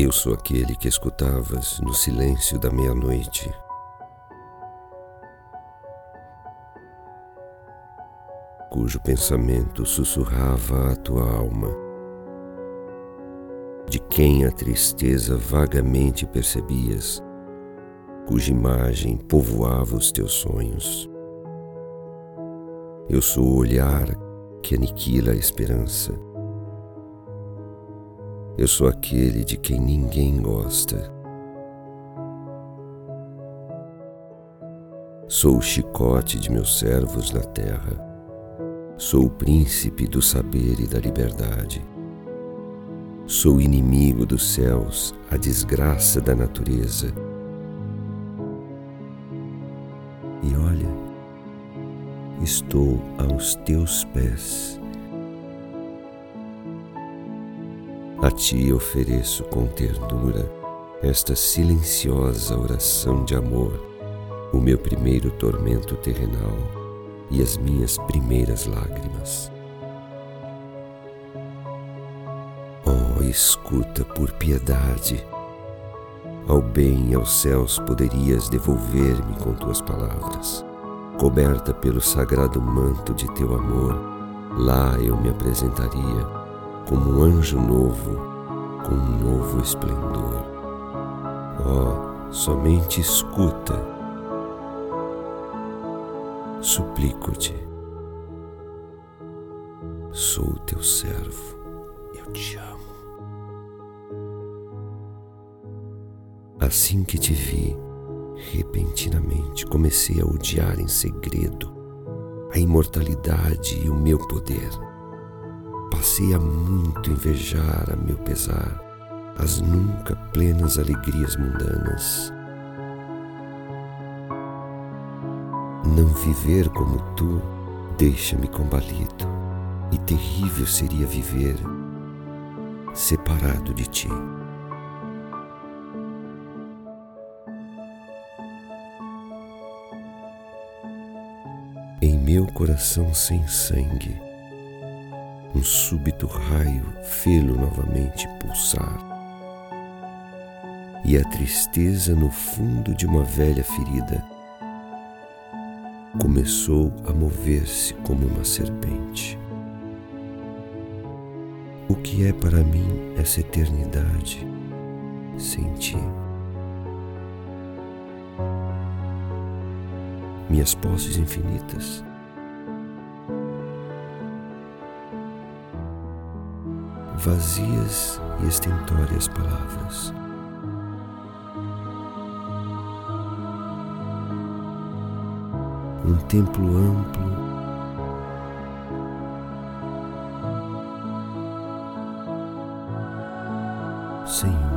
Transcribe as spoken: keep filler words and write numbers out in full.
Eu sou aquele que escutavas no silêncio da meia-noite. Cujo pensamento sussurrava à tua alma, de quem a tristeza vagamente percebias, cuja imagem povoava os teus sonhos. Eu sou o olhar que aniquila a esperança. Eu sou aquele de quem ninguém gosta. Sou o chicote de meus servos na terra. Sou o príncipe do saber e da liberdade. Sou o inimigo dos céus, a desgraça da natureza. E olha, estou aos teus pés. A ti ofereço com ternura esta silenciosa oração de amor, o meu primeiro tormento terrenal e as minhas primeiras lágrimas. Oh, escuta por piedade. Ao bem e aos céus poderias devolver-me com tuas palavras. Coberta pelo sagrado manto de teu amor, lá eu me apresentaria como um anjo novo, com um novo esplendor. Oh, somente escuta. Suplico-te. Sou o teu servo. Eu te amo. Assim que te vi, repentinamente comecei a odiar em segredo a imortalidade e o meu poder. Passei a muito invejar a meu pesar as nunca plenas alegrias mundanas. Não viver como tu deixa-me combalido, e terrível seria viver separado de ti. Em meu coração sem sangue, um súbito raio fê-lo novamente pulsar, e a tristeza no fundo de uma velha ferida começou a mover-se como uma serpente. O que é para mim essa eternidade sem ti? Minhas posses infinitas, vazias e estentórias palavras. Um templo amplo, sem